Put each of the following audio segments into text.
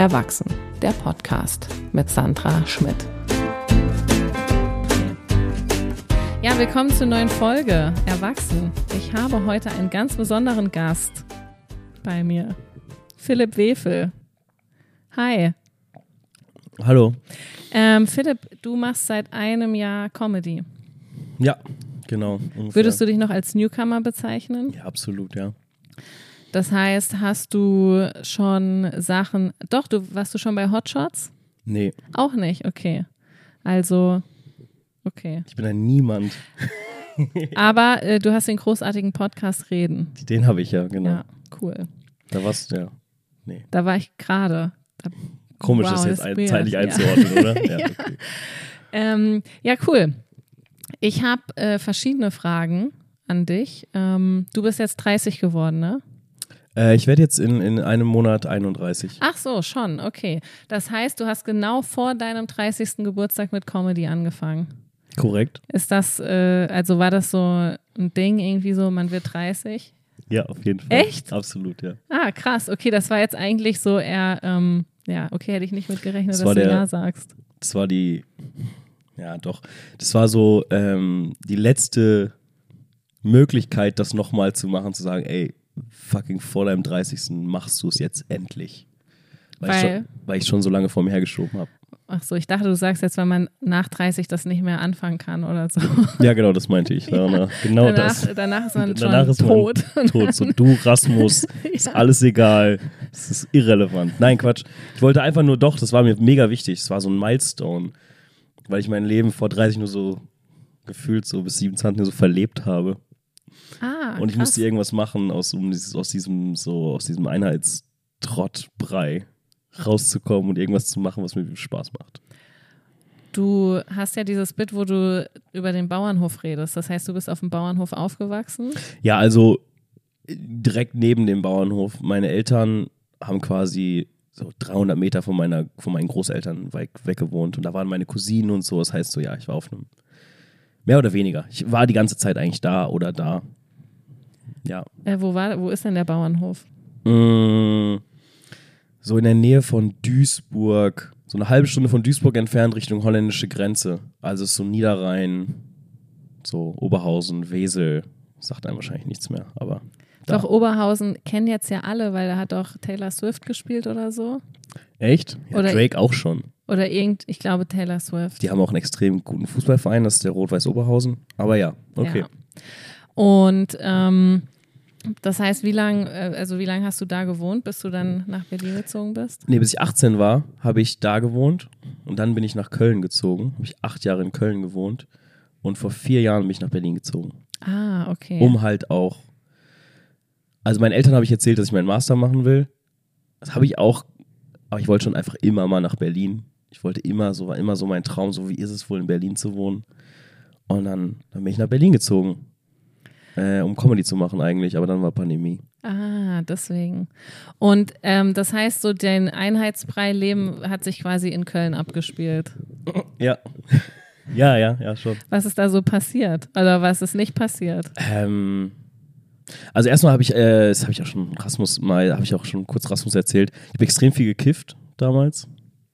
Erwachsen, der Podcast mit Sandra Schmidt. Ja, willkommen zur neuen Folge Erwachsen. Ich habe heute einen ganz besonderen Gast bei mir, Philipp Wefel. Hi. Hallo. Philipp, du machst seit einem Jahr Comedy. Ja, genau. Ungefähr. Würdest du dich noch als Newcomer bezeichnen? Ja, absolut, ja. Das heißt, hast du schon Sachen, warst du schon bei Hotshots? Nee. Auch nicht, okay. Also, okay. Ich bin ein Niemand. Aber du hast den großartigen Podcast Reden. Den habe ich ja, genau. Ja, cool. Da warst du, ja. Nee. Da war ich gerade. Komisch, wow, das jetzt weird. zeitlich einzuordnen, oder? Ja, ja. Okay. Ja, cool. Ich habe verschiedene Fragen an dich. Du bist jetzt 30 geworden, ne? Ich werde jetzt in einem Monat 31. Ach so, schon, okay. Das heißt, du hast genau vor deinem 30. Geburtstag mit Comedy angefangen. Korrekt. Ist das, also war das so ein Ding irgendwie so, man wird 30? Ja, auf jeden Fall. Echt? Absolut, ja. Ah, krass, okay, das war jetzt eigentlich so eher, ja, okay, hätte ich nicht mit gerechnet, Das dass du ja sagst. Das war das war so die letzte Möglichkeit, das nochmal zu machen, zu sagen, ey, fucking vor deinem 30. machst du es jetzt endlich. Weil ich schon so lange vor mir hergeschoben habe. Ach so, ich dachte, du sagst jetzt, wenn man nach 30 das nicht mehr anfangen kann oder so. Ja, genau, das meinte ich. Genau das. Danach ist man Danach ist tot. Man tot. So, du Rasmus, ist alles egal. Das ist irrelevant. Nein, Quatsch. Ich wollte einfach nur das war mir mega wichtig. Es war so ein Milestone, weil ich mein Leben vor 30 nur so gefühlt so bis 27 nur so verlebt habe. Ah, und ich musste irgendwas machen, aus diesem Einheitstrottbrei rauszukommen und irgendwas zu machen, was mir Spaß macht. Du hast ja dieses Bit, wo du über den Bauernhof redest. Das heißt, du bist auf dem Bauernhof aufgewachsen? Ja, also direkt neben dem Bauernhof. Meine Eltern haben quasi so 300 Meter von meinen Großeltern weg gewohnt. Und da waren meine Cousinen und so. Das heißt so, ja, ich war auf einem, mehr oder weniger. Ich war die ganze Zeit eigentlich da oder da. Ja. Wo ist denn der Bauernhof? So in der Nähe von Duisburg, so eine halbe Stunde von Duisburg entfernt Richtung holländische Grenze. Also ist so Niederrhein, so Oberhausen, Wesel, sagt einem wahrscheinlich nichts mehr, aber Doch, Oberhausen kennen jetzt ja alle, weil da hat doch Taylor Swift gespielt oder so. Echt? Ja, oder Drake auch schon. Oder ich glaube Taylor Swift. Die haben auch einen extrem guten Fußballverein, das ist der Rot-Weiß Oberhausen, aber ja, okay. Ja. Und das heißt, wie lang hast du da gewohnt, bis du dann nach Berlin gezogen bist? Nee, bis ich 18 war, habe ich da gewohnt und dann bin ich nach Köln gezogen. Habe ich 8 Jahre in Köln gewohnt und vor 4 Jahren bin ich nach Berlin gezogen. Ah, okay. Um halt auch, also meinen Eltern habe ich erzählt, dass ich meinen Master machen will. Das habe ich auch, aber ich wollte schon einfach immer mal nach Berlin. War immer so mein Traum, so wie ist es wohl in Berlin zu wohnen. Und dann bin ich nach Berlin gezogen. Um Comedy zu machen eigentlich, aber dann war Pandemie. Ah, deswegen. Und das heißt, so dein Einheitsbrei-Leben hat sich quasi in Köln abgespielt. Ja. Ja, schon. Was ist da so passiert? Oder was ist nicht passiert? Also erstmal habe ich auch schon kurz Rasmus erzählt, ich habe extrem viel gekifft damals.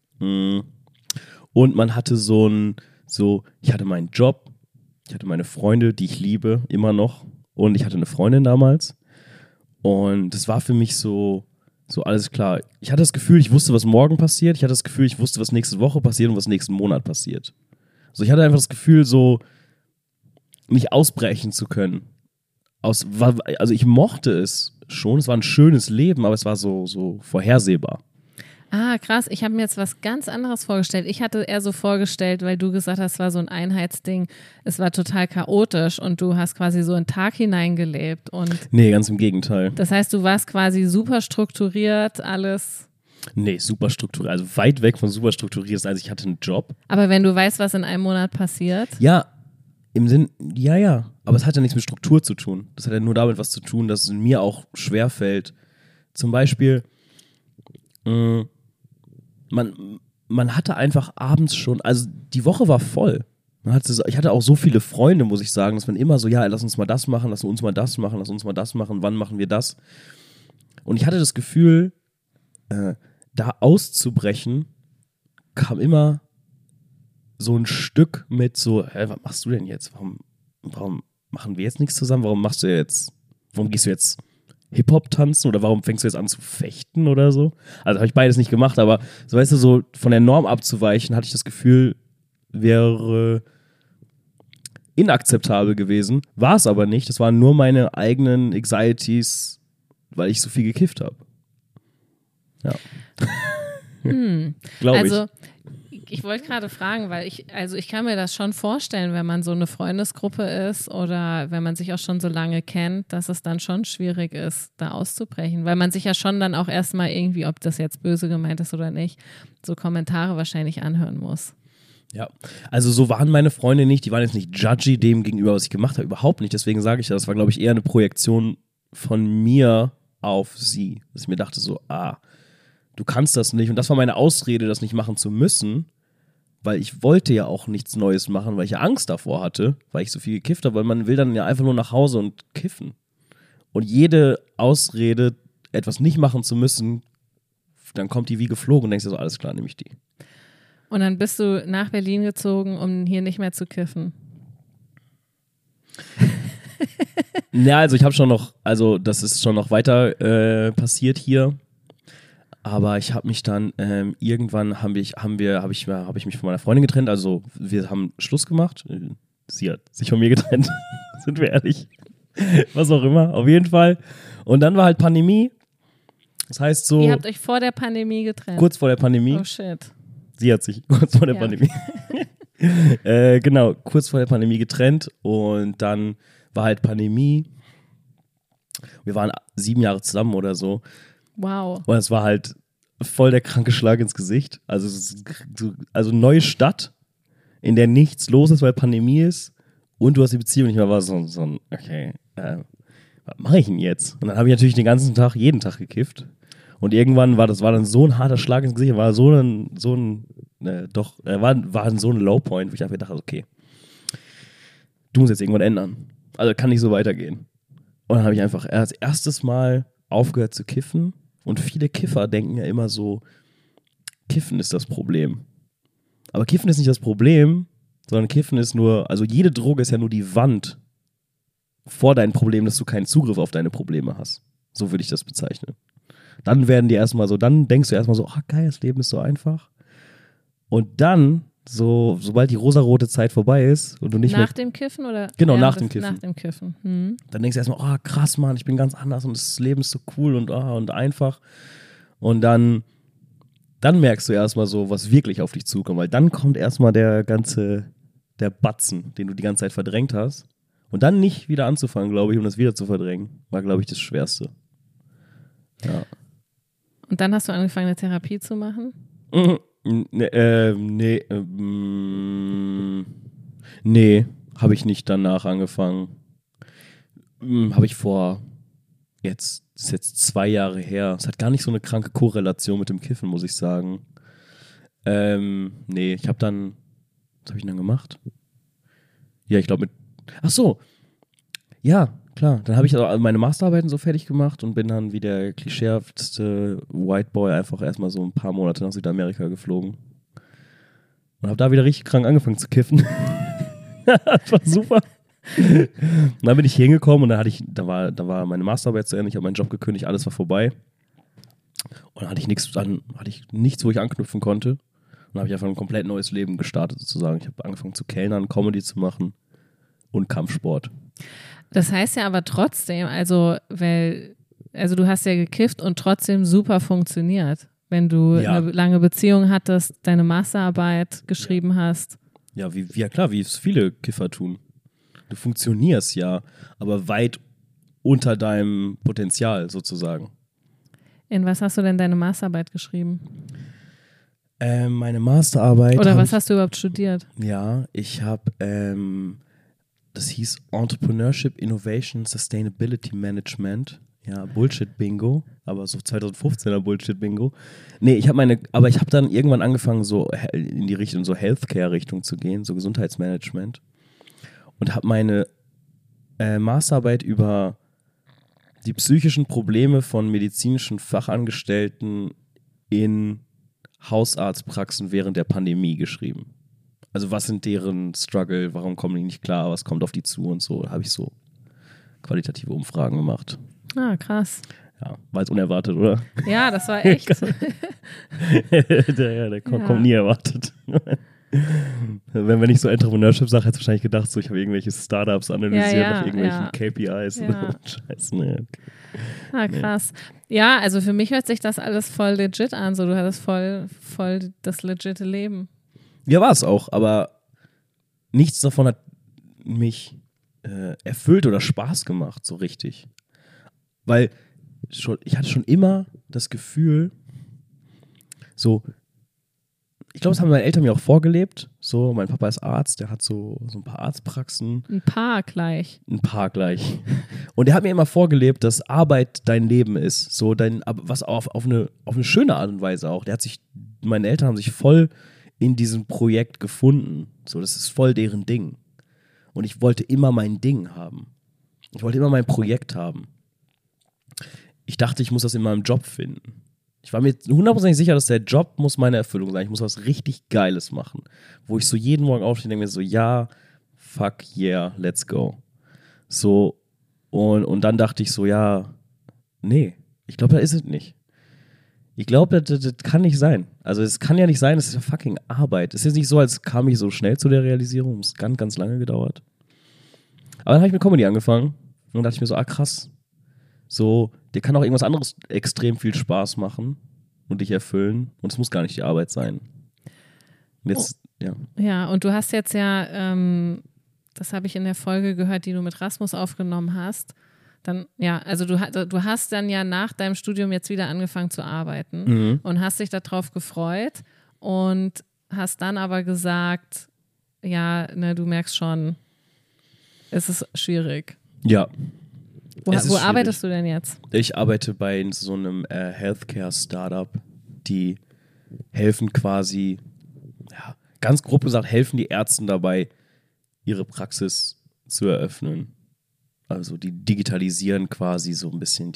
Und man hatte ich hatte meinen Job, ich hatte meine Freunde, die ich liebe, immer noch. Und ich hatte eine Freundin damals. Und das war für mich so alles klar. Ich hatte das Gefühl, ich wusste, was morgen passiert. Ich hatte das Gefühl, ich wusste, was nächste Woche passiert und was nächsten Monat passiert. Also ich hatte einfach das Gefühl, so mich ausbrechen zu können. Also ich mochte es schon. Es war ein schönes Leben, aber es war so vorhersehbar. Ah, krass. Ich habe mir jetzt was ganz anderes vorgestellt. Ich hatte eher so vorgestellt, weil du gesagt hast, es war so ein Einheitsding. Es war total chaotisch und du hast quasi so einen Tag hineingelebt. Nee, ganz im Gegenteil. Das heißt, du warst quasi super strukturiert, alles. Nee, super strukturiert. Also weit weg von super strukturiert. Also ich hatte einen Job. Aber wenn du weißt, was in einem Monat passiert? Ja, im Sinn, ja. Aber es hat ja nichts mit Struktur zu tun. Das hat ja nur damit was zu tun, dass es mir auch schwerfällt. Zum Beispiel, man hatte einfach abends schon, also die Woche war voll. Ich hatte auch so viele Freunde, muss ich sagen, dass man immer so, ja, lass uns mal das machen, lass uns mal das machen, wann machen wir das? Und ich hatte das Gefühl, da auszubrechen, kam immer so ein Stück mit so, was machst du denn jetzt? Warum machen wir jetzt nichts zusammen? Warum gehst du jetzt Hip-Hop tanzen oder warum fängst du jetzt an zu fechten oder so? Also habe ich beides nicht gemacht, aber so weißt du, so von der Norm abzuweichen, hatte ich das Gefühl, wäre inakzeptabel gewesen. War es aber nicht. Das waren nur meine eigenen Anxieties, weil ich so viel gekifft habe. Ja. Glaube ich. Also ich wollte gerade fragen, weil ich kann mir das schon vorstellen, wenn man so eine Freundesgruppe ist oder wenn man sich auch schon so lange kennt, dass es dann schon schwierig ist, da auszubrechen, weil man sich ja schon dann auch erstmal irgendwie, ob das jetzt böse gemeint ist oder nicht, so Kommentare wahrscheinlich anhören muss. Ja, also so waren meine Freunde nicht, die waren jetzt nicht judgy dem gegenüber, was ich gemacht habe, überhaupt nicht, deswegen sage ich das war, glaube ich, eher eine Projektion von mir auf sie, dass ich mir dachte so, du kannst das nicht und das war meine Ausrede, das nicht machen zu müssen, weil ich wollte ja auch nichts Neues machen, weil ich ja Angst davor hatte, weil ich so viel gekifft habe, weil man will dann ja einfach nur nach Hause und kiffen und jede Ausrede, etwas nicht machen zu müssen, dann kommt die wie geflogen und denkst dir so, alles klar, nehme ich die. Und dann bist du nach Berlin gezogen, um hier nicht mehr zu kiffen. Ja, also ich habe schon noch, also das ist schon noch weiter passiert hier. Aber ich habe mich dann irgendwann habe ich mich von meiner Freundin getrennt. Also wir haben Schluss gemacht. Sie hat sich von mir getrennt. Sind wir ehrlich? Was auch immer. Auf jeden Fall. Und dann war halt Pandemie. Das heißt so. Ihr habt euch vor der Pandemie getrennt. Kurz vor der Pandemie. Oh shit. Sie hat sich kurz vor der Pandemie. Genau, kurz vor der Pandemie getrennt und dann war halt Pandemie. Wir waren 7 Jahre zusammen oder so. Wow. Und es war halt voll der kranke Schlag ins Gesicht. Also neue Stadt, in der nichts los ist, weil Pandemie ist und du hast die Beziehung nicht mehr. War so ein okay, was mache ich denn jetzt? Und dann habe ich natürlich den ganzen Tag, jeden Tag gekifft. Und irgendwann war dann so ein harter Schlag ins Gesicht, war so ein Low-Point, wo ich einfach dachte, okay, du musst jetzt irgendwann ändern. Also kann nicht so weitergehen. Und dann habe ich einfach als erstes Mal aufgehört zu kiffen. Und viele Kiffer denken ja immer so, Kiffen ist das Problem. Aber Kiffen ist nicht das Problem, sondern Kiffen ist nur, also jede Droge ist ja nur die Wand vor deinem Problem, dass du keinen Zugriff auf deine Probleme hast. So würde ich das bezeichnen. Dann dann denkst du erstmal so, geil, das Leben ist so einfach. Und dann, sobald die rosarote Zeit vorbei ist und du nicht nach dem Kiffen oder? Genau, nach dem Kiffen. Nach dem Kiffen. Dann denkst du erstmal, krass, Mann, ich bin ganz anders und das Leben ist so cool und einfach. Und dann merkst du erstmal so, was wirklich auf dich zukommt, weil dann kommt erstmal der Batzen, den du die ganze Zeit verdrängt hast. Und dann nicht wieder anzufangen, glaube ich, um das wieder zu verdrängen, war, glaube ich, das Schwerste. Ja. Und dann hast du angefangen, eine Therapie zu machen? Nee, habe ich nicht danach angefangen. Habe ich das ist jetzt 2 Jahre her. Es hat gar nicht so eine kranke Korrelation mit dem Kiffen, muss ich sagen. Nee, was habe ich denn gemacht? Ja, ich glaube ach so, ja, klar. Dann habe ich also meine Masterarbeiten so fertig gemacht und bin dann wie der klischeehafteste White Boy einfach erstmal so ein paar Monate nach Südamerika geflogen. Und habe da wieder richtig krank angefangen zu kiffen. Das war super. Und dann bin ich hier hingekommen und da war meine Masterarbeit zu Ende, ich habe meinen Job gekündigt, alles war vorbei. Und dann hatte ich nichts, wo ich anknüpfen konnte. Und dann habe ich einfach ein komplett neues Leben gestartet sozusagen. Ich habe angefangen zu kellnern, Comedy zu machen und Kampfsport. Das heißt ja aber trotzdem, also du hast ja gekifft und trotzdem super funktioniert, wenn du eine lange Beziehung hattest, deine Masterarbeit geschrieben hast. Ja, klar, wie es viele Kiffer tun. Du funktionierst ja, aber weit unter deinem Potenzial sozusagen. In was hast du denn deine Masterarbeit geschrieben? Meine Masterarbeit. Oder was hast du überhaupt studiert? Ja, ich habe, das hieß Entrepreneurship, Innovation, Sustainability Management. Ja, Bullshit-Bingo, aber so 2015er Bullshit-Bingo. Nee, ich habe dann irgendwann angefangen, so in die Richtung, so Healthcare-Richtung zu gehen, so Gesundheitsmanagement. Und habe meine Masterarbeit über die psychischen Probleme von medizinischen Fachangestellten in Hausarztpraxen während der Pandemie geschrieben. Also was sind deren Struggle, warum kommen die nicht klar, was kommt auf die zu und so. Da habe ich so qualitative Umfragen gemacht. Ah, krass. Ja, war jetzt unerwartet, oder? Ja, das war echt. der kommt nie erwartet. Wenn ich so Entrepreneurship sage, hätte ich wahrscheinlich gedacht, so, ich habe irgendwelche Startups analysiert nach irgendwelchen KPIs. Ja. Scheiße, ne. Ah, krass. Ja, also für mich hört sich das alles voll legit an. So, du hattest voll das legitime Leben. Ja, war es auch, aber nichts davon hat mich erfüllt oder Spaß gemacht, so richtig. Weil ich hatte schon immer das Gefühl, so, ich glaube, das haben meine Eltern mir auch vorgelebt. So, mein Papa ist Arzt, der hat so ein paar Arztpraxen. Ein paar gleich. Und der hat mir immer vorgelebt, dass Arbeit dein Leben ist. So was auf eine schöne Art und Weise auch. Meine Eltern haben sich voll in diesem Projekt gefunden. So, das ist voll deren Ding. Und ich wollte immer mein Ding haben. Ich wollte immer mein Projekt haben. Ich dachte, ich muss das in meinem Job finden. Ich war mir 100% sicher, dass der Job muss meine Erfüllung sein. Ich muss was richtig Geiles machen. Wo ich so jeden Morgen aufstehe und denke mir so, ja, fuck yeah, let's go. So, und dann dachte ich so, ja, nee, ich glaube, da ist es nicht. Ich glaube, das kann nicht sein. Also es kann ja nicht sein, das ist ja fucking Arbeit. Es ist nicht so, als kam ich so schnell zu der Realisierung. Es hat ganz, ganz lange gedauert. Aber dann habe ich mit Comedy angefangen und dann dachte ich mir so, krass. So, dir kann auch irgendwas anderes extrem viel Spaß machen und dich erfüllen und es muss gar nicht die Arbeit sein. Und jetzt, ja. Ja, und du hast jetzt ja, das habe ich in der Folge gehört, die du mit Rasmus aufgenommen hast. Dann, ja, also du hast dann ja nach deinem Studium jetzt wieder angefangen zu arbeiten und hast dich darauf gefreut und hast dann aber gesagt, ja, ne, du merkst schon, es ist schwierig. Ja. Wo arbeitest du denn jetzt? Ich arbeite bei so einem Healthcare-Startup, die helfen quasi, ja, ganz grob gesagt, helfen die Ärzten dabei, ihre Praxis zu eröffnen. Also die digitalisieren quasi so ein bisschen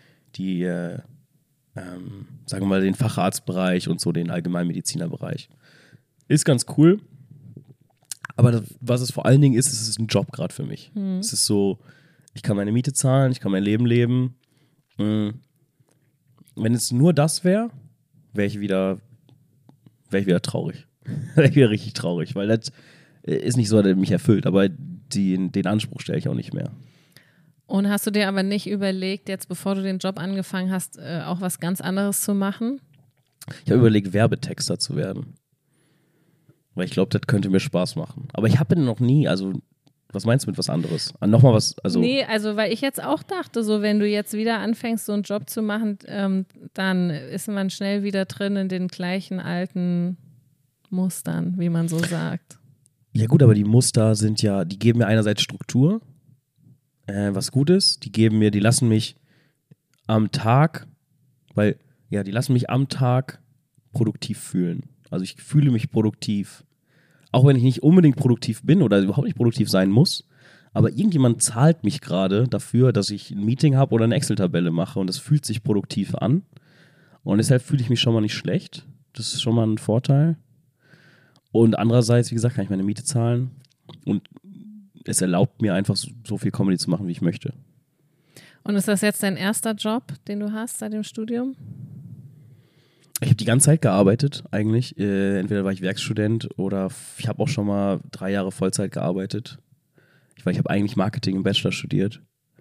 sagen wir mal, den Facharztbereich und so den Allgemeinmedizinerbereich. Ist ganz cool, aber was es vor allen Dingen ist, es ist ein Job gerade für mich. Es ist so, ich kann meine Miete zahlen, ich kann mein Leben leben. Wenn es nur das wäre, wäre ich wieder traurig. Wäre ich wieder richtig traurig, weil das ist nicht so, dass mich erfüllt, aber den Anspruch stelle ich auch nicht mehr. Und hast du dir aber nicht überlegt, jetzt bevor du den Job angefangen hast, auch was ganz anderes zu machen? Ich habe überlegt, Werbetexter zu werden. Weil ich glaube, das könnte mir Spaß machen. Aber ich habe noch nie, also was meinst du mit was anderes? Nochmal was, also. Nee, also weil ich jetzt auch dachte, so wenn du jetzt wieder anfängst, so einen Job zu machen, dann ist man schnell wieder drin in den gleichen alten Mustern, wie man so sagt. Ja gut, aber die Muster sind ja, die geben mir einerseits Struktur, was gut ist, die lassen mich am Tag, die lassen mich am Tag produktiv fühlen. Also ich fühle mich produktiv. Auch wenn ich nicht unbedingt produktiv bin oder überhaupt nicht produktiv sein muss, aber irgendjemand zahlt mich gerade dafür, dass ich ein Meeting habe oder eine Excel-Tabelle mache und das fühlt sich produktiv an. Und deshalb fühle ich mich schon mal nicht schlecht. Das ist schon mal ein Vorteil. Und andererseits, wie gesagt, kann ich meine Miete zahlen und es erlaubt mir einfach so viel Comedy zu machen, wie ich möchte. Und ist das jetzt dein erster Job, den du hast seit dem Studium? Ich habe die ganze Zeit gearbeitet eigentlich. Entweder war ich Werkstudent oder ich habe auch schon mal 3 Jahre Vollzeit gearbeitet. Ich habe eigentlich Marketing im Bachelor studiert.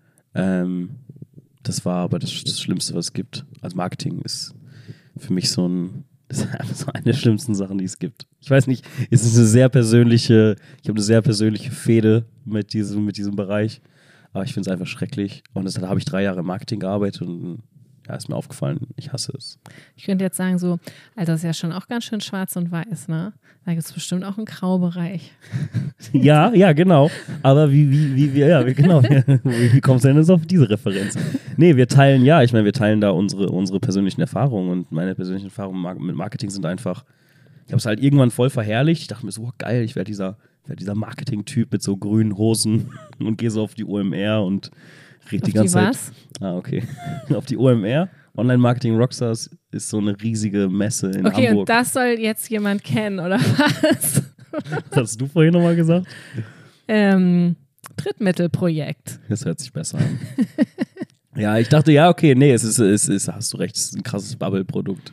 Das war aber das Schlimmste, was es gibt. Also Marketing ist für mich das ist einfach so eine der schlimmsten Sachen, die es gibt. Ich weiß nicht, ich habe eine sehr persönliche Fehde mit diesem Bereich, aber ich finde es einfach schrecklich. Und deshalb habe ich 3 Jahre im Marketing gearbeitet und ja, ist mir aufgefallen, ich hasse es. Ich könnte jetzt sagen so, Alter, das ist ja schon auch ganz schön schwarz und weiß, ne? Da gibt es bestimmt auch einen Graubereich. Ja, genau. Aber wie kommst du denn jetzt auf diese Referenz? Nee, wir teilen da unsere persönlichen Erfahrungen und meine persönlichen Erfahrungen mit Marketing sind einfach, ich habe es halt irgendwann voll verherrlicht. Ich dachte mir so, geil, ich werde dieser Marketing-Typ mit so grünen Hosen und gehe so auf die OMR und rede die ganze Zeit. Was? Okay. Auf die OMR Online-Marketing Rockstars ist so eine riesige Messe in Okay, Hamburg. und das soll jetzt jemand kennen, oder was? Was hast du vorhin nochmal gesagt? Drittmittelprojekt. Das hört sich besser an. Ja, ich dachte, ja, okay, nee, hast du recht, es ist ein krasses Bubble-Produkt.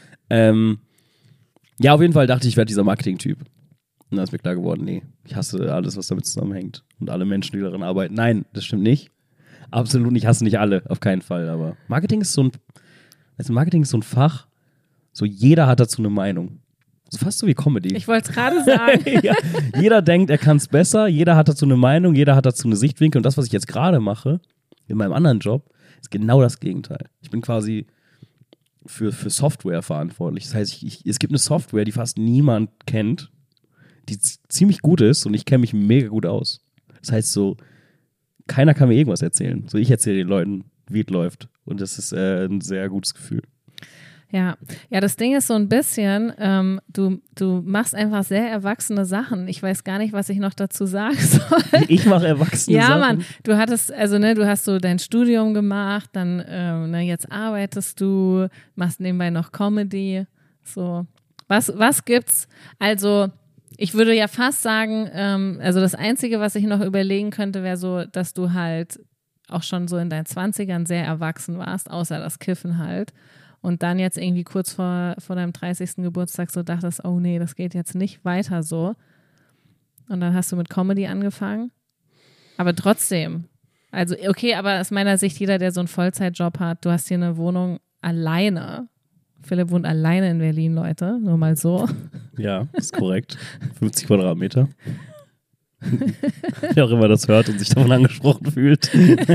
Ja, auf jeden Fall dachte ich, ich werde dieser Marketing-Typ. Und dann ist mir klar geworden, nee, ich hasse alles, was damit zusammenhängt. Und alle Menschen, die daran arbeiten. Nein, das stimmt nicht. Absolut nicht, hasse nicht alle, auf keinen Fall. Aber Marketing ist so ein Fach, so jeder hat dazu eine Meinung. So fast so wie Comedy. Ich wollte es gerade sagen. Ja, jeder denkt, er kann es besser, jeder hat dazu eine Meinung, jeder hat dazu eine Sichtwinkel. Und das, was ich jetzt gerade mache, in meinem anderen Job, ist genau das Gegenteil. Ich bin quasi für Software verantwortlich. Das heißt, es gibt eine Software, die fast niemand kennt, die ziemlich gut ist und ich kenne mich mega gut aus. Das heißt so, keiner kann mir irgendwas erzählen. So, ich erzähle den Leuten, wie es läuft. Und das ist ein sehr gutes Gefühl. Ja, das Ding ist so ein bisschen, du machst einfach sehr erwachsene Sachen. Ich weiß gar nicht, was ich noch dazu sagen soll. Ich mache erwachsene Sachen? Ja, Mann, du hast so dein Studium gemacht, dann jetzt arbeitest du, machst nebenbei noch Comedy. So, was gibt's? Also, ich würde ja fast sagen, also das Einzige, was ich noch überlegen könnte, wäre so, dass du halt auch schon so in deinen 20ern sehr erwachsen warst, außer das Kiffen halt. Und dann jetzt irgendwie kurz vor deinem 30. Geburtstag so dachtest, oh nee, das geht jetzt nicht weiter so. Und dann hast du mit Comedy angefangen. Aber trotzdem, also okay, aber aus meiner Sicht, jeder, der so einen Vollzeitjob hat, du hast hier eine Wohnung alleine. Philipp wohnt alleine in Berlin, Leute, nur mal so. Ja, ist korrekt. 50 Quadratmeter. Wer auch immer das hört und sich davon angesprochen fühlt.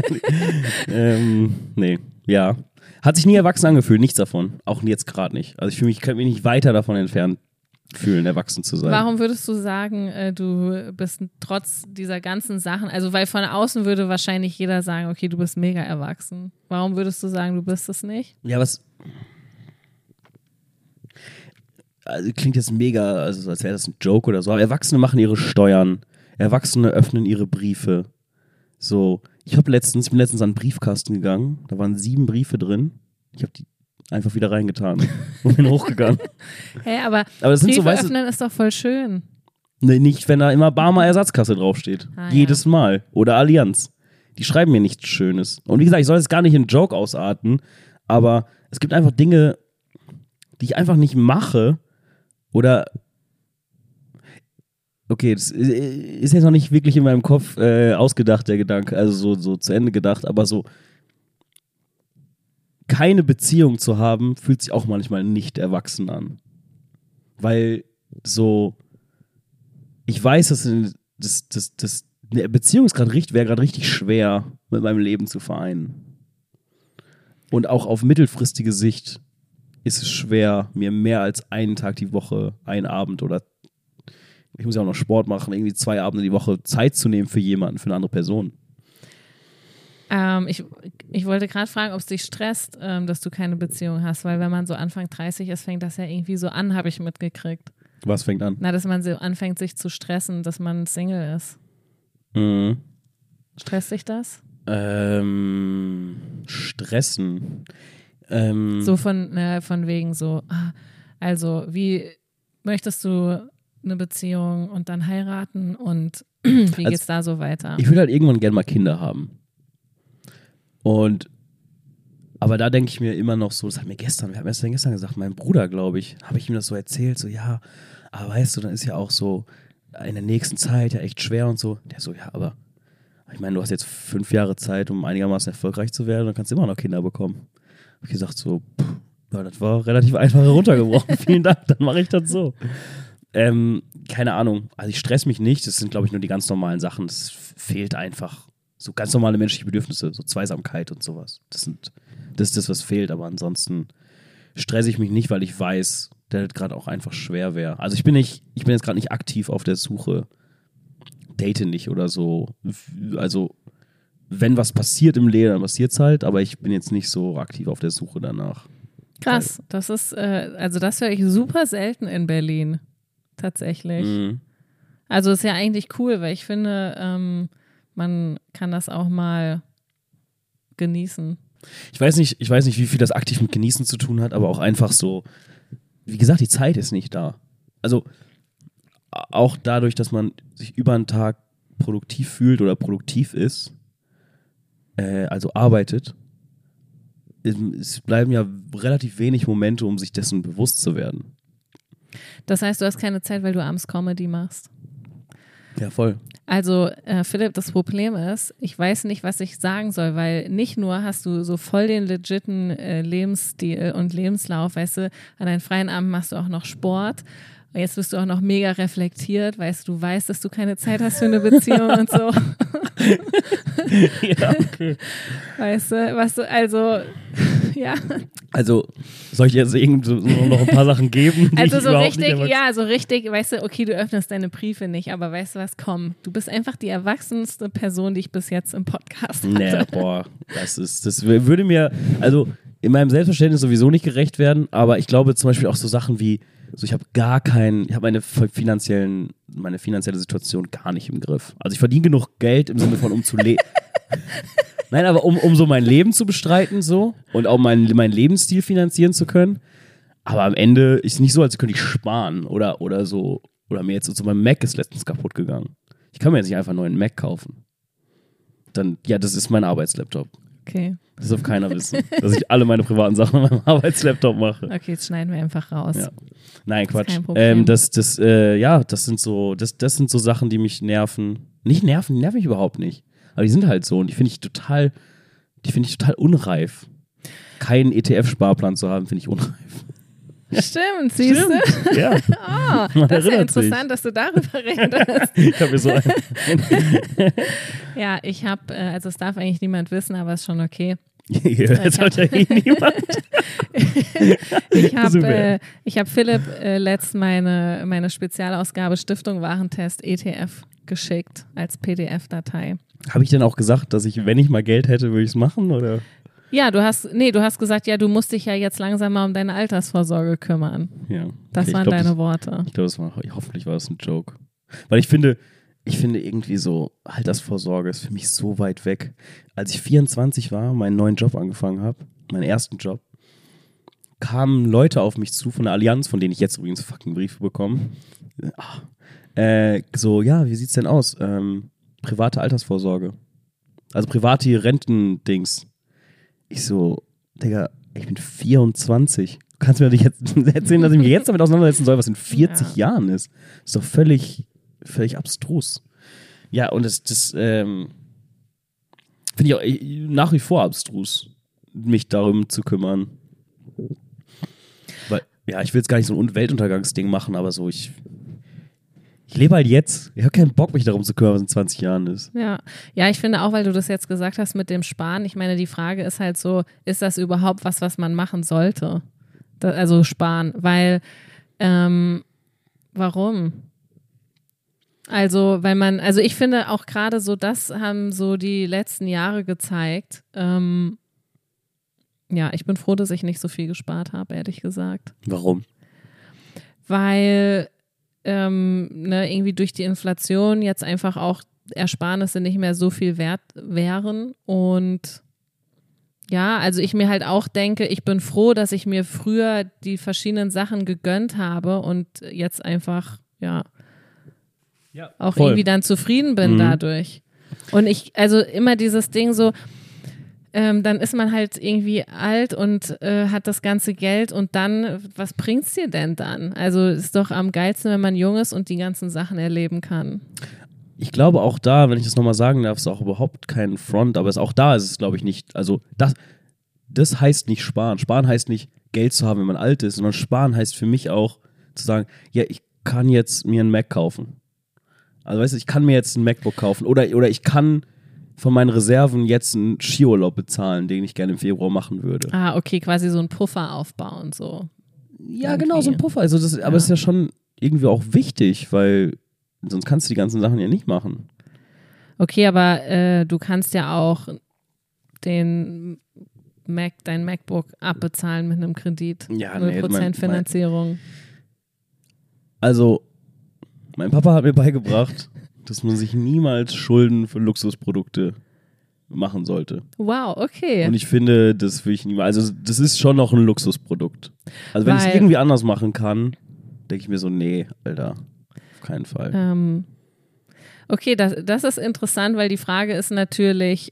Nee, ja. Hat sich nie erwachsen angefühlt, nichts davon. Auch jetzt gerade nicht. Also ich könnte mich nicht weiter davon entfernt fühlen, erwachsen zu sein. Warum würdest du sagen, du bist trotz dieser ganzen Sachen, also weil von außen würde wahrscheinlich jeder sagen, okay, du bist mega erwachsen. Warum würdest du sagen, du bist es nicht? Ja, also klingt jetzt mega, also als wäre das ein Joke oder so. Aber Erwachsene machen ihre Steuern. Erwachsene öffnen ihre Briefe. So, ich bin letztens an einen Briefkasten gegangen. Da waren 7 Briefe drin. Ich habe die einfach wieder reingetan und bin hochgegangen. Hey, aber das sind Briefe so, weißt du, öffnen ist doch voll schön. Ne, nicht, wenn da immer Barmer Ersatzkasse draufsteht. Jedes Mal. Oder Allianz. Die schreiben mir nichts Schönes. Und wie gesagt, ich soll jetzt gar nicht in Joke ausarten, aber es gibt einfach Dinge, die ich einfach nicht mache. Oder okay, das ist jetzt noch nicht wirklich in meinem Kopf ausgedacht, der Gedanke, also so zu Ende gedacht, aber so keine Beziehung zu haben, fühlt sich auch manchmal nicht erwachsen an. Weil so, ich weiß, dass eine Beziehung wäre gerade richtig schwer mit meinem Leben zu vereinen. Und auch auf mittelfristige Sicht ist es schwer, mir mehr als einen Tag die Woche, einen Abend oder ich muss ja auch noch Sport machen, irgendwie 2 Abende die Woche Zeit zu nehmen für jemanden, für eine andere Person. Ich wollte gerade fragen, ob es dich stresst, dass du keine Beziehung hast, weil wenn man so Anfang 30 ist, fängt das ja irgendwie so an, habe ich mitgekriegt. Was fängt an? Dass man so anfängt, sich zu stressen, dass man Single ist. Mhm. Stresst dich das? Stressen. So von wegen so, also wie möchtest du eine Beziehung und dann heiraten und wie geht's da so weiter? Ich würde halt irgendwann gerne mal Kinder haben. Aber da denke ich mir immer noch so, das hat mir gestern gesagt, mein Bruder, glaube ich, habe ich ihm das so erzählt, so ja, aber weißt du, dann ist ja auch so in der nächsten Zeit ja echt schwer und so. Der so, ja, aber ich meine, du hast jetzt 5 Jahre Zeit, um einigermaßen erfolgreich zu werden und kannst immer noch Kinder bekommen. Habe ich gesagt so, ja, das war relativ einfach heruntergebrochen, vielen Dank, dann mache ich das so. Keine Ahnung, also ich stress mich nicht, das sind glaube ich nur die ganz normalen Sachen, das fehlt einfach, so ganz normale menschliche Bedürfnisse, so Zweisamkeit und sowas, das ist das, was fehlt, aber ansonsten stresse ich mich nicht, weil ich weiß, dass das gerade auch einfach schwer wäre. Also ich bin jetzt gerade nicht aktiv auf der Suche, date nicht oder so, also wenn was passiert im Leben, dann passiert es halt, aber ich bin jetzt nicht so aktiv auf der Suche danach. Krass, das ist, also das höre ich super selten in Berlin. Tatsächlich. Mhm. Also ist ja eigentlich cool, weil ich finde, man kann das auch mal genießen. Ich weiß nicht, wie viel das aktiv mit Genießen zu tun hat, aber auch einfach so, wie gesagt, die Zeit ist nicht da. Also auch dadurch, dass man sich über einen Tag produktiv fühlt oder produktiv ist, also arbeitet, es bleiben ja relativ wenig Momente, um sich dessen bewusst zu werden. Das heißt, du hast keine Zeit, weil du abends Comedy machst. Ja, voll. Also Philipp, das Problem ist, ich weiß nicht, was ich sagen soll, weil nicht nur hast du so voll den legiten Lebensstil und Lebenslauf, weißt du, an deinen freien Abend machst du auch noch Sport. Jetzt bist du auch noch mega reflektiert, du weißt, dass du keine Zeit hast für eine Beziehung und so. Ja, okay. Weißt du, also, ja. Also, soll ich jetzt noch ein paar Sachen geben? Also so richtig, weißt du, okay, du öffnest deine Briefe nicht, aber weißt du was, komm, du bist einfach die erwachsenste Person, die ich bis jetzt im Podcast hatte. Nee, boah, das würde mir, also in meinem Selbstverständnis sowieso nicht gerecht werden, aber ich glaube zum Beispiel auch so Sachen wie, so ich habe meine finanzielle Situation gar nicht im Griff. Also ich verdiene genug Geld im Sinne von, um zu leben. Nein, aber um so mein Leben zu bestreiten so und auch meinen Lebensstil finanzieren zu können. Aber am Ende ist es nicht so, als könnte ich sparen oder so. Oder mir jetzt so mein Mac ist letztens kaputt gegangen. Ich kann mir jetzt nicht einfach nur einen Mac kaufen. Dann, ja, das ist mein Arbeitslaptop. Okay. Das darf keiner wissen, dass ich alle meine privaten Sachen an meinem Arbeitslaptop mache. Okay, jetzt schneiden wir einfach raus. Ja. Nein, das Quatsch. Das sind so Sachen, die mich nerven. Die nerven mich überhaupt nicht. Aber die sind halt so und die finde ich total unreif. Keinen ETF-Sparplan zu haben, finde ich unreif. Stimmt, siehst du? Ja. Oh, das ist ja interessant, dass du darüber redest. Ich habe mir so einen. Ja, ich habe, also es darf eigentlich niemand wissen, aber ist schon okay. Jetzt hat ja niemand. Ich habe Philipp letzt meine Spezialausgabe Stiftung Warentest ETF geschickt als PDF-Datei. Habe ich denn auch gesagt, dass ich, wenn ich mal Geld hätte, würde ich es machen, oder? Ja, du hast gesagt, ja, du musst dich ja jetzt langsam mal um deine Altersvorsorge kümmern. Ja. Okay, das waren deine Worte. Ich glaube, hoffentlich war das ein Joke. Weil ich finde irgendwie so, Altersvorsorge ist für mich so weit weg. Als ich 24 war, meinen neuen Job angefangen habe, meinen ersten Job, kamen Leute auf mich zu von der Allianz, von denen ich jetzt übrigens fucking Briefe bekomme. So, ja, wie sieht's denn aus? Private Altersvorsorge. Also private Rentendings. Ich so, Digga, ich bin 24. Du kannst mir nicht jetzt erzählen, dass ich mich jetzt damit auseinandersetzen soll, was in 40 Jahren ist. Das ist doch völlig abstrus. Ja, und das finde ich auch nach wie vor abstrus, mich darum zu kümmern. Weil, ja, ich will jetzt gar nicht so ein Weltuntergangsding machen, aber so, ich lebe halt jetzt. Ich habe keinen Bock, mich darum zu kümmern, was in 20 Jahren ist. Ja, ich finde auch, weil du das jetzt gesagt hast mit dem Sparen, ich meine, die Frage ist halt so, ist das überhaupt was man machen sollte? Also sparen, weil, warum? Also, also ich finde auch gerade so, das haben so die letzten Jahre gezeigt. Ja, ich bin froh, dass ich nicht so viel gespart habe, ehrlich gesagt. Warum? Weil irgendwie durch die Inflation jetzt einfach auch Ersparnisse nicht mehr so viel wert wären und ja, also ich mir halt auch denke, ich bin froh, dass ich mir früher die verschiedenen Sachen gegönnt habe und jetzt einfach, auch voll irgendwie dann zufrieden bin dadurch. Und also immer dieses Ding so, dann ist man halt irgendwie alt und hat das ganze Geld und dann, was bringt's dir denn dann? Also ist doch am geilsten, wenn man jung ist und die ganzen Sachen erleben kann. Ich glaube auch da, wenn ich das nochmal sagen darf, ist auch überhaupt kein Front, aber auch da ist es, glaube ich, nicht, also das heißt nicht sparen. Sparen heißt nicht Geld zu haben, wenn man alt ist, sondern sparen heißt für mich auch zu sagen, ja, ich kann jetzt mir einen Mac kaufen. Also weißt du, ich kann mir jetzt ein MacBook kaufen oder ich kann von meinen Reserven jetzt einen Skiurlaub bezahlen, den ich gerne im Februar machen würde. Ah, okay, quasi so einen Puffer aufbauen, so. Ja, irgendwie. Genau, so ein Puffer. Also aber es ist ja schon irgendwie auch wichtig, weil sonst kannst du die ganzen Sachen ja nicht machen. Okay, aber du kannst ja auch dein MacBook abbezahlen mit einem Kredit. Ja, 0% Finanzierung. Also, mein Papa hat mir beigebracht, dass man sich niemals Schulden für Luxusprodukte machen sollte. Wow, okay. Und ich finde, das will ich nie. Also das ist schon noch ein Luxusprodukt. Also wenn ich es irgendwie anders machen kann, denke ich mir so, nee, Alter, auf keinen Fall. Okay, das ist interessant, weil die Frage ist natürlich,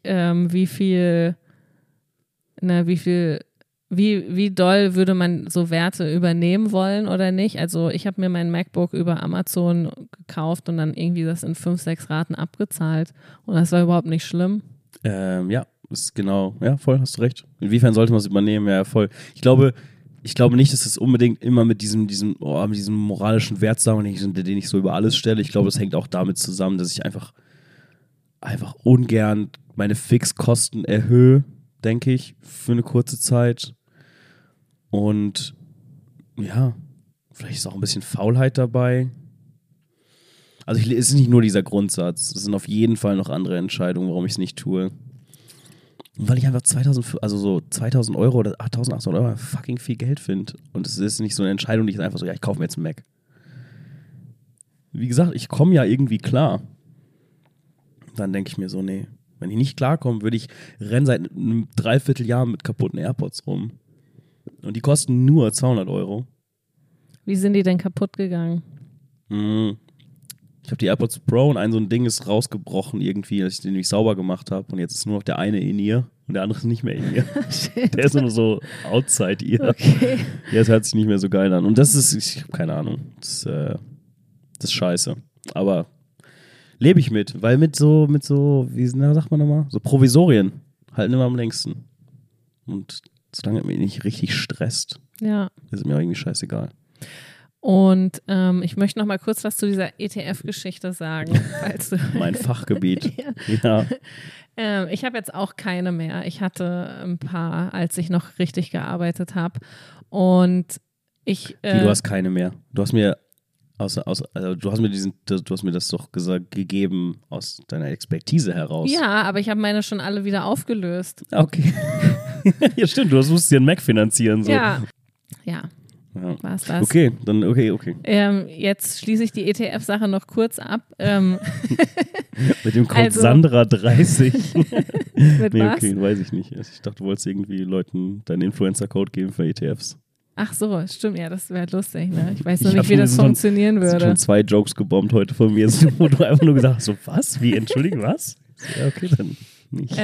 wie doll würde man so Werte übernehmen wollen oder nicht? Also ich habe mir mein MacBook über Amazon gekauft und dann irgendwie das in 5, 6 Raten abgezahlt und das war überhaupt nicht schlimm. Ja, ist genau, ja, voll, hast du recht. Inwiefern sollte man es übernehmen? Ja, voll. Ich glaube nicht, dass es unbedingt immer mit diesem moralischen Wert zusammenhängt, den ich so über alles stelle. Ich glaube, es hängt auch damit zusammen, dass ich einfach ungern meine Fixkosten erhöhe, denke ich, für eine kurze Zeit. Und ja, vielleicht ist auch ein bisschen Faulheit dabei. Also es ist nicht nur dieser Grundsatz. Es sind auf jeden Fall noch andere Entscheidungen, warum ich es nicht tue. Und weil ich einfach 2.000 Euro oder 8.800 Euro fucking viel Geld finde. Und es ist nicht so eine Entscheidung, die ich einfach so, ja, ich kaufe mir jetzt einen Mac. Wie gesagt, ich komme ja irgendwie klar. Dann denke ich mir so, nee, wenn ich nicht klarkomme, renne seit einem Dreivierteljahr mit kaputten AirPods rum. Und die kosten nur 200 Euro. Wie sind die denn kaputt gegangen? Ich habe die AirPods Pro und so ein Ding ist rausgebrochen irgendwie, als ich den nämlich sauber gemacht habe. Und jetzt ist nur noch der eine in ihr und der andere ist nicht mehr in ihr. Der ist nur so outside ihr. Okay. Jetzt hört sich nicht mehr so geil an. Und das ist, ich habe keine Ahnung, das ist scheiße. Aber lebe ich mit, weil mit so, wie sagt man nochmal, so Provisorien halten immer am längsten. Und solange es mich nicht richtig stresst, ist mir auch irgendwie scheißegal. Und ich möchte noch mal kurz was zu dieser ETF-Geschichte sagen. Falls du mein Fachgebiet. Ja. Ich habe jetzt auch keine mehr. Ich hatte ein paar, als ich noch richtig gearbeitet habe. Und ich. Du hast keine mehr. Du hast mir du hast mir das doch gegeben aus deiner Expertise heraus. Ja, aber ich habe meine schon alle wieder aufgelöst. Okay. Ja, stimmt. Du musst dir einen Mac finanzieren. So. Ja. War es das? Okay, dann okay. Jetzt schließe ich die ETF-Sache noch kurz ab. Mit dem Code Sandra30. Mit was? Okay, weiß ich nicht. Ich dachte, du wolltest irgendwie Leuten deinen Influencer-Code geben für ETFs. Ach so, stimmt, ja, das wäre lustig, ne? Ich weiß noch nicht, wie das funktionieren würde. Ich habe schon 2 Jokes gebombt heute von mir, wo du einfach nur gesagt hast, so was? Wie, entschuldigen, was? Ja, okay, dann nicht.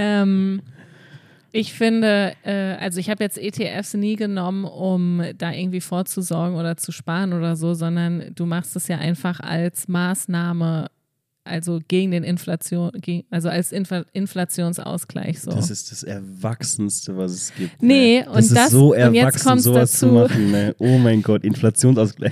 Ich finde, also ich habe jetzt ETFs nie genommen, um da irgendwie vorzusorgen oder zu sparen oder so, sondern du machst es ja einfach als Maßnahme, also gegen den also als Inflationsausgleich. So. Das ist das Erwachsenste, was es gibt. Nee, das ist so erwachsen, und jetzt kommt's sowas dazu. zu machen. Ne? Oh mein Gott, Inflationsausgleich.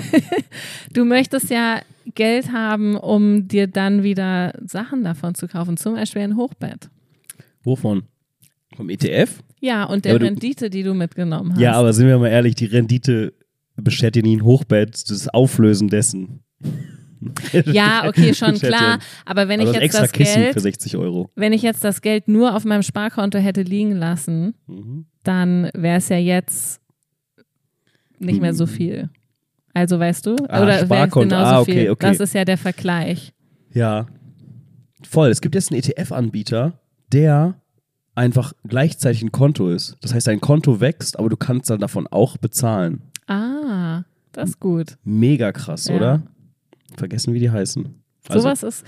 Du möchtest ja Geld haben, um dir dann wieder Sachen davon zu kaufen, zum Beispiel ein Hochbett. Wovon? Vom ETF? Ja, und der Rendite, die du mitgenommen hast. Ja, aber sind wir mal ehrlich, die Rendite beschert dir nie ein Hochbett, das Auflösen dessen. Ja, okay, schon klar. Aber wenn ich jetzt extra das Kissen Geld, für 60 Euro. Wenn ich jetzt das Geld nur auf meinem Sparkonto hätte liegen lassen, dann wäre es ja jetzt nicht mehr so viel. Also weißt du? Oder wäre es genauso viel. Okay. Das ist ja der Vergleich. Ja, voll. Es gibt jetzt einen ETF-Anbieter, der einfach gleichzeitig ein Konto ist. Das heißt, dein Konto wächst, aber du kannst dann davon auch bezahlen. Ah, das ist gut. Mega krass, oder? Vergessen, wie die heißen. Sowas ist,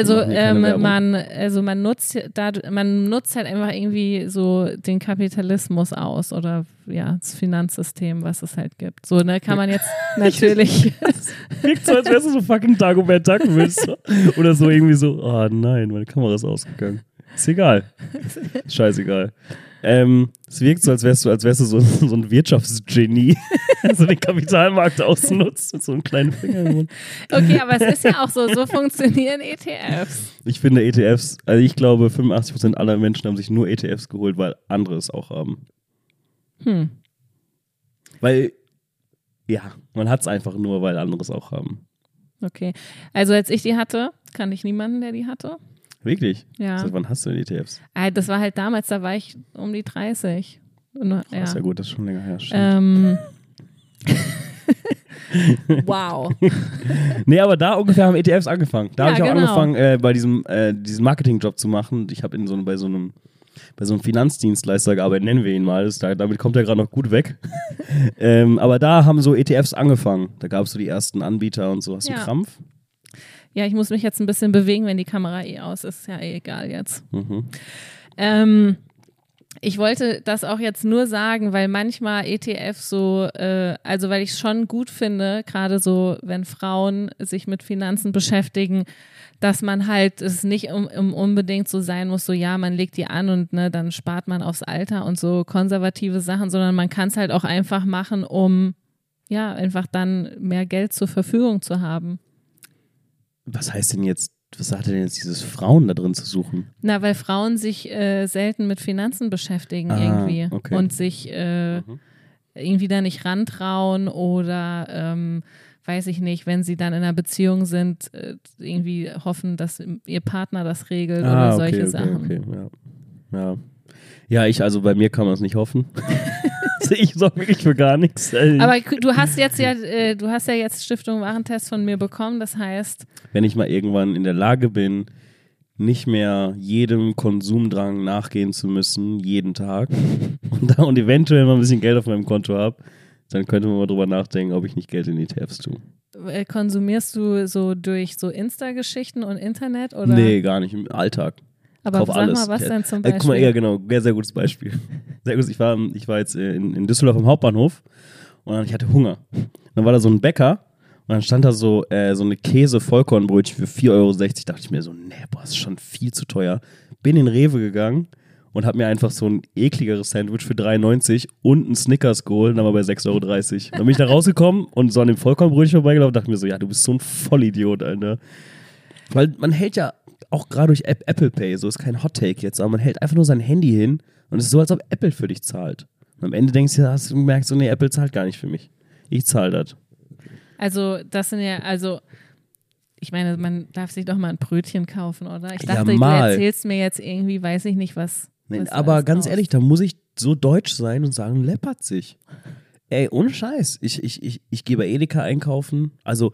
man nutzt halt einfach irgendwie so den Kapitalismus aus oder ja, das Finanzsystem, was es halt gibt. So, ne, kann man jetzt natürlich. Klingt so, als wärst du so fucking Dagobert Duck willst. Oder so irgendwie so, oh nein, meine Kamera ist ausgegangen. Ist egal. Scheißegal. Es wirkt so, als wärst du so ein Wirtschaftsgenie, so den Kapitalmarkt ausnutzt mit so einem kleinen Finger im Mund. Okay, aber es ist ja auch so funktionieren ETFs. Ich finde ETFs, also ich glaube 85% aller Menschen haben sich nur ETFs geholt, weil andere es auch haben. Weil, ja, man hat es einfach nur, weil andere es auch haben. Okay, also als ich die hatte, kannte ich niemanden, der die hatte. Wirklich? Ja. Seit wann hast du denn ETFs? Das war halt damals, da war ich um die 30. Ist ja gut, das ist schon länger her. Wow. Nee, aber da ungefähr haben ETFs angefangen. Da habe ich auch genau. angefangen, bei diesen Marketingjob zu machen. Ich habe bei so einem Finanzdienstleister gearbeitet, nennen wir ihn mal. Damit kommt er gerade noch gut weg. Aber da haben so ETFs angefangen. Da gab es so die ersten Anbieter und so. Hast du einen Krampf? Ja, ich muss mich jetzt ein bisschen bewegen, wenn die Kamera aus ist. Ist ja egal jetzt. Ich wollte das auch jetzt nur sagen, weil manchmal ETF so, also weil ich es schon gut finde, gerade so, wenn Frauen sich mit Finanzen beschäftigen, dass man halt es nicht unbedingt so sein muss, so ja, man legt die an und ne, dann spart man aufs Alter und so konservative Sachen, sondern man kann es halt auch einfach machen, um ja, einfach dann mehr Geld zur Verfügung zu haben. Was heißt denn jetzt, was hat denn jetzt dieses Frauen da drin zu suchen? Na, weil Frauen sich selten mit Finanzen beschäftigen irgendwie okay. und sich irgendwie da nicht rantrauen oder weiß ich nicht, wenn sie dann in einer Beziehung sind, irgendwie hoffen, dass ihr Partner das regelt oder solche Sachen. Okay. Ja, bei mir kann man es nicht hoffen. Ich sorge wirklich für gar nichts. Aber du hast ja jetzt Stiftung Warentest von mir bekommen, das heißt... Wenn ich mal irgendwann in der Lage bin, nicht mehr jedem Konsumdrang nachgehen zu müssen, jeden Tag und eventuell mal ein bisschen Geld auf meinem Konto habe, dann könnte man mal drüber nachdenken, ob ich nicht Geld in ETFs tue. Konsumierst du so durch so Insta-Geschichten und Internet? Oder? Nee, gar nicht, im Alltag. Aber sag alles. mal, was denn zum Beispiel? Guck mal, ja genau, sehr gutes Beispiel. Sehr gut, ich war jetzt in Düsseldorf am Hauptbahnhof und ich hatte Hunger. Dann war da so ein Bäcker und dann stand da so eine Käse-Vollkornbrötchen für 4,60 Euro. Dachte ich mir so, nee, boah, das ist schon viel zu teuer. Bin in Rewe gegangen und habe mir einfach so ein ekligeres Sandwich für 3,90 und einen Snickers geholt, dann war bei 6,30 Euro. Dann bin ich da rausgekommen und so an dem Vollkornbrötchen vorbeigelaufen und dachte mir so, ja, du bist so ein Vollidiot, Alter. Weil man hält ja auch gerade durch Apple Pay, so ist kein Hot Take jetzt, aber man hält einfach nur sein Handy hin und es ist so, als ob Apple für dich zahlt. Und am Ende denkst du, merkst du, nee, Apple zahlt gar nicht für mich. Ich zahle das. Also, das sind ja, ich meine, man darf sich doch mal ein Brötchen kaufen, oder? Ich dachte, ja, du erzählst mir jetzt irgendwie, weiß ich nicht, was. Nee, aber ganz ehrlich, da muss ich so deutsch sein und sagen, läppert sich. Ey, ohne Scheiß. Ich gehe bei Edeka einkaufen. Also,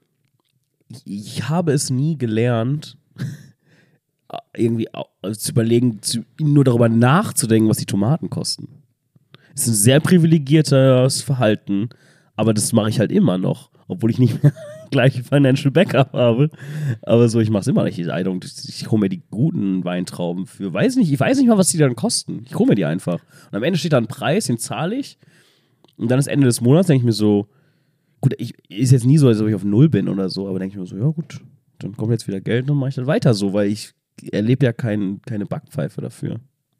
ich habe es nie gelernt, irgendwie zu überlegen, nur darüber nachzudenken, was die Tomaten kosten. Das ist ein sehr privilegiertes Verhalten, aber das mache ich halt immer noch, obwohl ich nicht mehr gleich Financial Backup habe. Aber so, ich mache es immer nicht. Ich hole mir die guten Weintrauben für, ich weiß nicht mal, was die dann kosten. Ich hole mir die einfach. Und am Ende steht da ein Preis, den zahle ich. Und dann ist Ende des Monats, denke ich mir so, gut, ist jetzt nie so, als ob ich auf Null bin oder so, aber denke ich mir so, ja gut, dann kommt jetzt wieder Geld und dann mache ich das weiter so, weil ich erlebe ja keine Backpfeife dafür.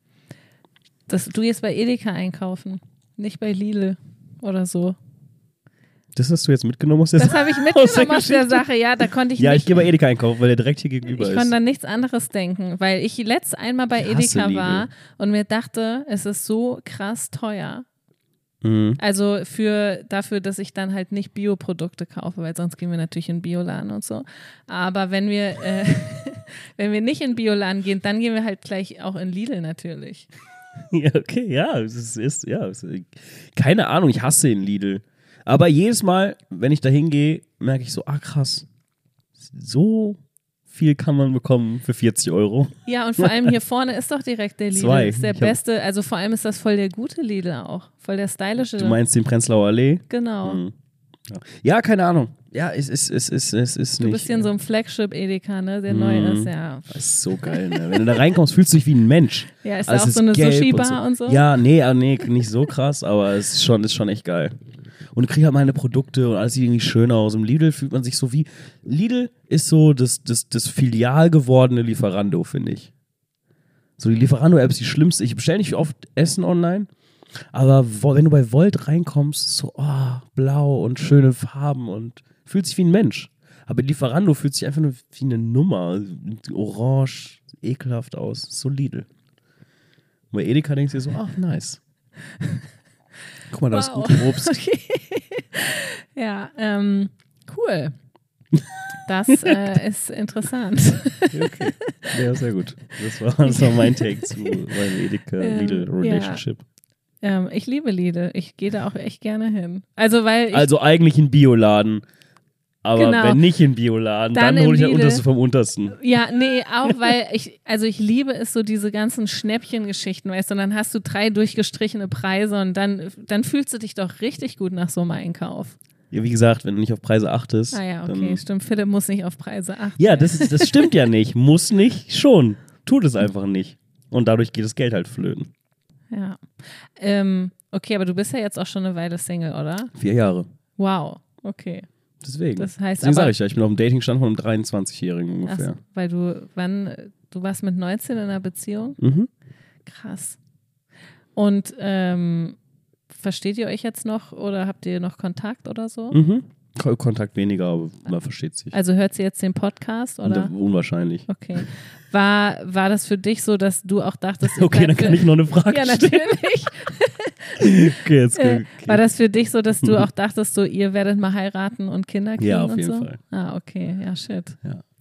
Du gehst bei Edeka einkaufen, nicht bei Lidl oder so. Das hast du jetzt mitgenommen aus der Sache? Das habe ich mitgenommen aus der Sache, ja, da konnte ich ja, nicht. ich gehe bei Edeka einkaufen, weil der direkt hier gegenüber ist. Ich konnte an nichts anderes denken, weil ich letzt einmal bei Edeka war und mir dachte, es ist so krass teuer. Also dafür, dass ich dann halt nicht Bioprodukte kaufe, weil sonst gehen wir natürlich in Bioladen und so. Aber wenn wir nicht in Bioladen gehen, dann gehen wir halt gleich auch in Lidl natürlich. Ja, okay, ja, keine Ahnung, ich hasse den Lidl. Aber jedes Mal, wenn ich da hingehe, merke ich so, krass, so viel kann man bekommen für 40 Euro. Ja, und vor allem hier vorne ist doch direkt der Lidl. Das ist der beste, also vor allem ist das voll der gute Lidl auch, voll der stylische. Du meinst den Prenzlauer Allee? Genau. Ja, keine Ahnung. Ja, es ist nicht. Du bist hier in so einem Flagship-Edeka, ne, der neu ist, ja. Das ist so geil, ne? Wenn du da reinkommst, fühlst du dich wie ein Mensch. Ja, ist da auch so eine Sushi-Bar und so? Ja, nee, nicht so krass, aber es ist schon echt geil. Und du kriegst halt meine Produkte und alles sieht irgendwie schön aus. Im Lidl fühlt man sich so wie... Lidl ist so das Filial gewordene Lieferando, finde ich. So die Lieferando-App ist die schlimmste. Ich bestelle nicht oft Essen online, aber wenn du bei Volt reinkommst, ist so blau und schöne Farben und fühlt sich wie ein Mensch. Aber Lieferando fühlt sich einfach nur wie eine Nummer. Orange, ekelhaft aus. So Lidl. Und bei Edeka denkst du dir so, nice. Guck mal, da ist gutes Obst. Okay. Ja, cool. Das ist interessant. Okay. Ja, sehr gut. Das war mein Take zu meinem Edeka-Lidl-Relationship. Ich liebe Lidl. Ich gehe da auch echt gerne hin. Also, weil Also eigentlich ein Bioladen. Aber Genau. wenn nicht in Bioladen, Dann dann hole ich im ja Lidl. Unterste vom Untersten. ja, nee, auch weil ich liebe es so diese ganzen Schnäppchengeschichten, weißt du, und dann hast du 3 durchgestrichene Preise und dann fühlst du dich doch richtig gut nach so einem Einkauf. Ja, wie gesagt, wenn du nicht auf Preise achtest. Ah ja, okay, dann, stimmt. Philipp muss nicht auf Preise achten. ja, das stimmt ja nicht. Muss nicht, schon. Tut es einfach nicht. Und dadurch geht das Geld halt flöten. Ja. Okay, aber du bist ja jetzt auch schon eine Weile Single, oder? 4 Jahre. Wow, okay. Deswegen. Das heißt Deswegen aber, sage ich ja, ich bin auf dem Datingstand von einem 23-Jährigen ungefähr. Ach, weil du warst mit 19 in einer Beziehung? Mhm. Krass. Und versteht ihr euch jetzt noch oder habt ihr noch Kontakt oder so? Mhm. Kontakt weniger, aber man versteht sich. Also hört sie jetzt den Podcast oder? Unwahrscheinlich. Okay. War das für dich so, dass du auch dachtest, Okay, dann kann ich noch eine Frage ja, stellen. natürlich. Okay, jetzt, okay. War das für dich so, dass du auch dachtest, so ihr werdet mal heiraten und Kinder kriegen Ja, auf und jeden so? Fall. Ah, okay. Ja, shit.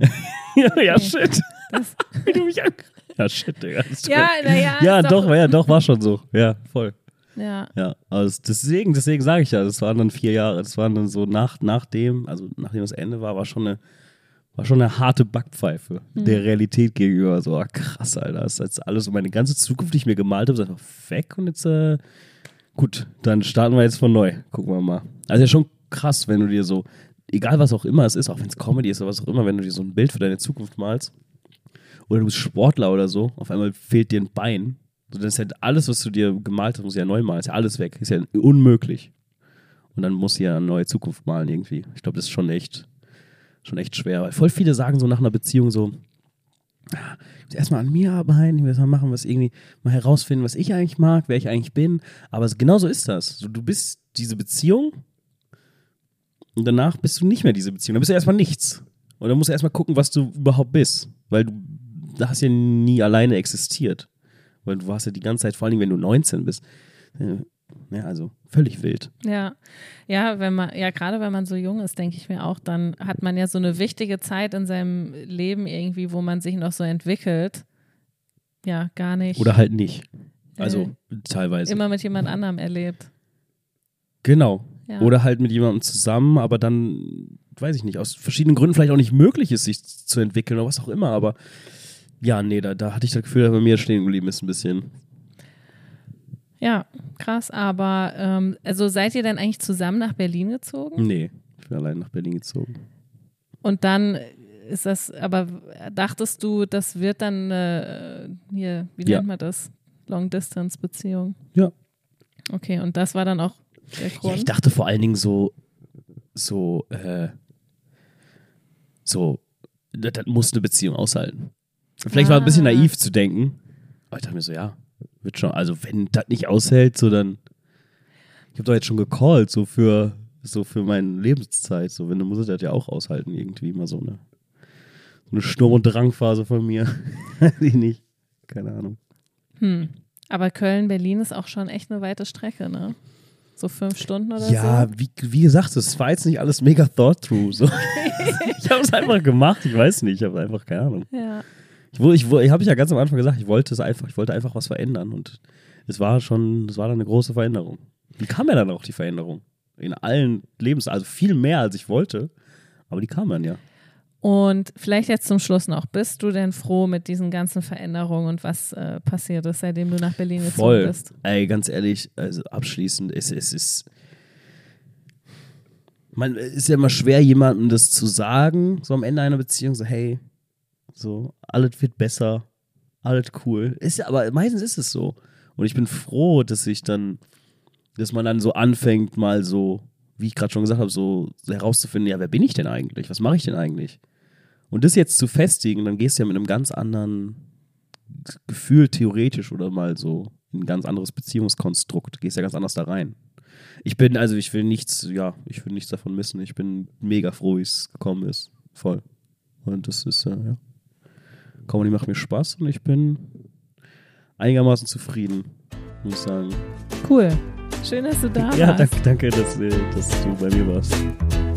Ja, shit. Das, Wie du mich Ja, shit, Digga. ja, naja. Ja, doch, war schon so. Ja, voll. Ja. Ja, also deswegen sage ich ja, das waren dann 4 Jahre, das waren dann so nachdem das Ende war schon eine harte Backpfeife der Realität gegenüber. So, krass, Alter, das ist jetzt alles, meine ganze Zukunft, die ich mir gemalt habe, ist einfach weg und jetzt, gut, dann starten wir jetzt von neu. Gucken wir mal. Also ja schon krass, wenn du dir so, egal was auch immer es ist, auch wenn es Comedy ist oder was auch immer, wenn du dir so ein Bild für deine Zukunft malst oder du bist Sportler oder so, auf einmal fehlt dir ein Bein. So, das ist halt alles, was du dir gemalt hast, muss ja neu malen. Ist ja alles weg. Ist ja unmöglich. Und dann musst du ja eine neue Zukunft malen irgendwie. Ich glaube, das ist schon echt schwer. Weil voll viele sagen so nach einer Beziehung so, ich muss erstmal an mir arbeiten, ich will erstmal machen, was irgendwie mal herausfinden, was ich eigentlich mag, wer ich eigentlich bin. Aber genau so ist das. So, du bist diese Beziehung und danach bist du nicht mehr diese Beziehung. Dann bist du erstmal nichts. Und dann musst du erstmal gucken, was du überhaupt bist. Weil du hast ja nie alleine existiert. Weil du warst ja die ganze Zeit, vor allem wenn du 19 bist, ja, also völlig wild. Ja, gerade wenn man so jung ist, denke ich mir auch, dann hat man ja so eine wichtige Zeit in seinem Leben irgendwie, wo man sich noch so entwickelt. Ja, gar nicht. Oder halt nicht. Also teilweise. Immer mit jemand anderem erlebt. Genau. Ja. Oder halt mit jemandem zusammen, aber dann, weiß ich nicht, aus verschiedenen Gründen vielleicht auch nicht möglich ist, sich zu entwickeln oder was auch immer, aber ja, nee, da hatte ich das Gefühl, dass bei mir stehen geblieben ist ein bisschen. Ja, krass, aber also seid ihr denn eigentlich zusammen nach Berlin gezogen? Nee, ich bin allein nach Berlin gezogen. Und dann ist das, aber dachtest du, das wird dann hier, wie nennt man das? Long-Distance-Beziehung? Ja. Okay, und das war dann auch der Grund? Ja, ich dachte vor allen Dingen das muss eine Beziehung aushalten. Vielleicht war es ein bisschen naiv zu denken, aber ich dachte mir so, ja, wird schon, also wenn das nicht aushält, so dann, ich habe doch jetzt schon gecallt, so für meine Lebenszeit, so, wenn, dann muss es das ja auch aushalten, irgendwie mal so eine Sturm- und Drangphase von mir. Weiß ich nicht, keine Ahnung. Aber Köln-Berlin ist auch schon echt eine weite Strecke, ne? So 5 Stunden oder ja, so? wie gesagt, das war jetzt nicht alles mega thought-through, so. Ich habe es einfach gemacht, ich weiß nicht, ich habe einfach keine Ahnung. Ja. Ich habe ja ganz am Anfang gesagt, ich wollte einfach was verändern und es war dann eine große Veränderung. Die kam ja dann auch, die Veränderung. In allen also viel mehr als ich wollte, aber die kam dann ja. Und vielleicht jetzt zum Schluss noch, bist du denn froh mit diesen ganzen Veränderungen und was passiert ist, seitdem du nach Berlin gezogen bist? Ey, ganz ehrlich, also abschließend, man ist ja immer schwer, jemandem das zu sagen, so am Ende einer Beziehung, so hey, so, alles wird besser, alles cool. Aber meistens ist es so. Und ich bin froh, dass man dann so anfängt, mal so, wie ich gerade schon gesagt habe, so herauszufinden, ja, wer bin ich denn eigentlich? Was mache ich denn eigentlich? Und das jetzt zu festigen, dann gehst du ja mit einem ganz anderen Gefühl theoretisch oder mal so in ein ganz anderes Beziehungskonstrukt, gehst ja ganz anders da rein. Ich will nichts davon missen. Ich bin mega froh, wie es gekommen ist. Voll. Und das ist, ja. Comedy macht mir Spaß und ich bin einigermaßen zufrieden, muss ich sagen. Cool. Schön, dass du da warst. Ja, danke, dass du bei mir warst.